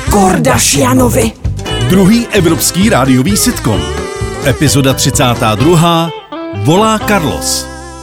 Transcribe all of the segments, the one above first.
Kardashianovi. Druhý evropský rádiový sitcom. Epizoda 32. Volá Carlos.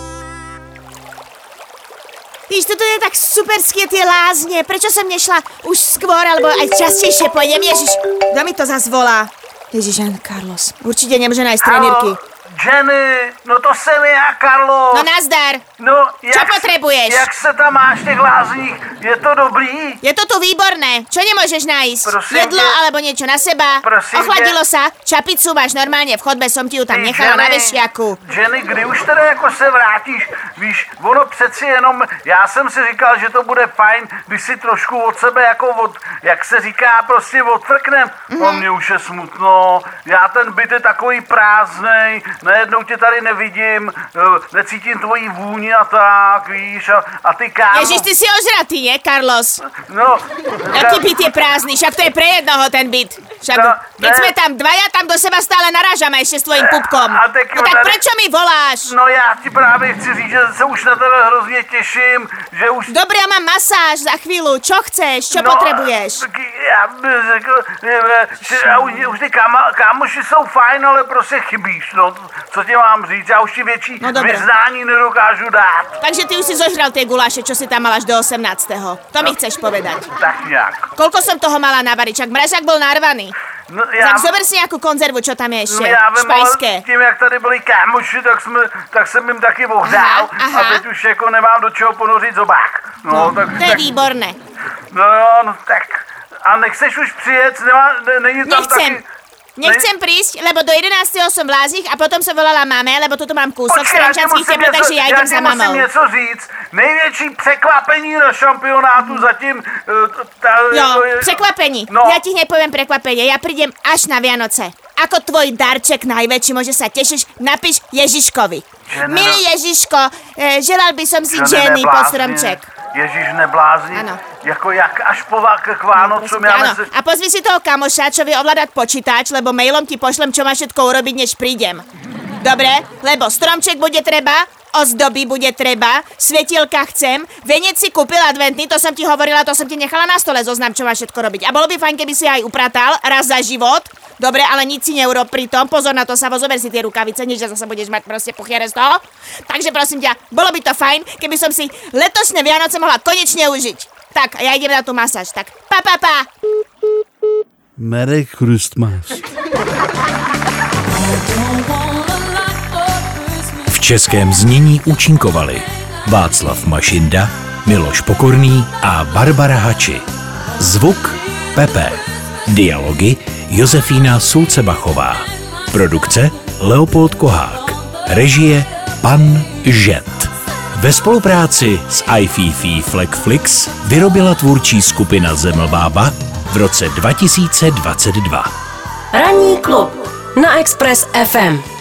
Víš, toto je tak superské tie lázně. Prečo som nešla už skôr, alebo aj častejšie pôjdem? Ježiš, kto mi to zas volá? Ježiš, Jan Carlos. Určite nemôže nájsť trenírky. Jenny, no to jsem já, Carlos. No nazdar. No, Čo potrebuješ? Jak se tam máš v těch lázních? Je to dobrý? Je to tu výborné. Čo nemôžeš nájsť? Prosím Jedlo tě. alebo niečo na seba? Prosím Ochladilo tě. sa? Čapicu máš normálně v chodbe, som ti ju tam Ty, nechala na Jenny, vešiaku. Jenny, kdy už teda jako se vrátíš? Víš, ono přeci jenom, já jsem si říkal, že to bude fajn, když si trošku od sebe jako jak se říká, prostě odfrknem. No mně už je smutno, já ten byt je takový prázdnej, najednou tě tady nevidím, necítím tvojí vůni a tak, víš, a ty kámo... Ježiš, ty si ožratý, nie, Carlos? No, Jaký byt je prázdny, však to je pre jednoho ten byt. Však, keď sme tam dvaja, tam do seba stále narážame ešte s tvojím pupkom. A tak No tak tady- prečo mi voláš? No já ti právě chci říct, že se už na tebe hrozně těším, že už... Dobre, ja mám masáž za chvíľu. Čo chceš? Čo potrebuješ? Tak já bych řekl, že už ty kámoši jsou fajn, ale prostě chybíš, no. Co ti mám říct? Já už ti větší vyznání nedokážu dát. Takže ty už si zožral tie guláše, čo si tam mal až do 18. To mi chceš povedať. Tak nějak. Koľko som toho mala navariť? Čak mražák bol narvaný. No, Tak zober si nejakú konzervu, čo tam je ešte. já vím, ale Špajské. tím, jak tady byli kámoši, tak jsem jim taky ohřál Aha. a teď už jako nemám do čeho ponořit zobák. No, tak, To je výborné. No, tak. A nechceš už přijet? Není tam taky... Nechcem prísť, lebo do 11. som v Lázních a potom som volala mame, lebo tuto mám kúsok Počkej, strančanských teplot, takže ja idem za mamou. musím něco říct. Největší překvapení na šampionátu zatím... Jo, překvapení. No. Ja ti hneď poviem prekvapenie. Ja prídem až na Vianoce. Ako tvoj darček najväčší, môže sa tešíš, napíš Ježiškovi. Jenny, Milý Ježiško, želal by som si Jenny, Jenny pod neblázně. stromček. Ježíš, neblázni. Ano. Jako jak až k Vánocům. Áno, a pozvi si toho kamoša, čo vie ovládať počítač, lebo mailom ti pošlem, čo máš všetko urobiť, než prídem. Dobre? Lebo stromček bude treba, ozdoby bude treba, svetielka chcem, venec si kúpil adventný, to som ti hovorila, to som ti nechala na stole zoznam, čo máš všetko robiť. A bolo by fajn, keby si aj upratal raz za život. Dobre, ale nič si neurob pri tom, pozor na to, Savo, zober si tie rukavice, než zase budeš mať proste puchiere z toho. Takže prosím ťa, bolo by to fajn, keby som si letošné Vianoce mohla konečne užiť. Tak, a ja idem na tú masáž, tak pa. Merry Christmas. V českém znění účinkovali Václav Mašinda, Miloš Pokorný a Barbara Hači. Zvuk Pepe. Dialogy Josefína Sulcebachová. Produkce Leopold Kohák. Režie Pan Žet. Ve spolupráci s iFiFi Flexflix vyrobila tvůrčí skupina Zemlbába v roce 2022. Ranní klub na Express FM.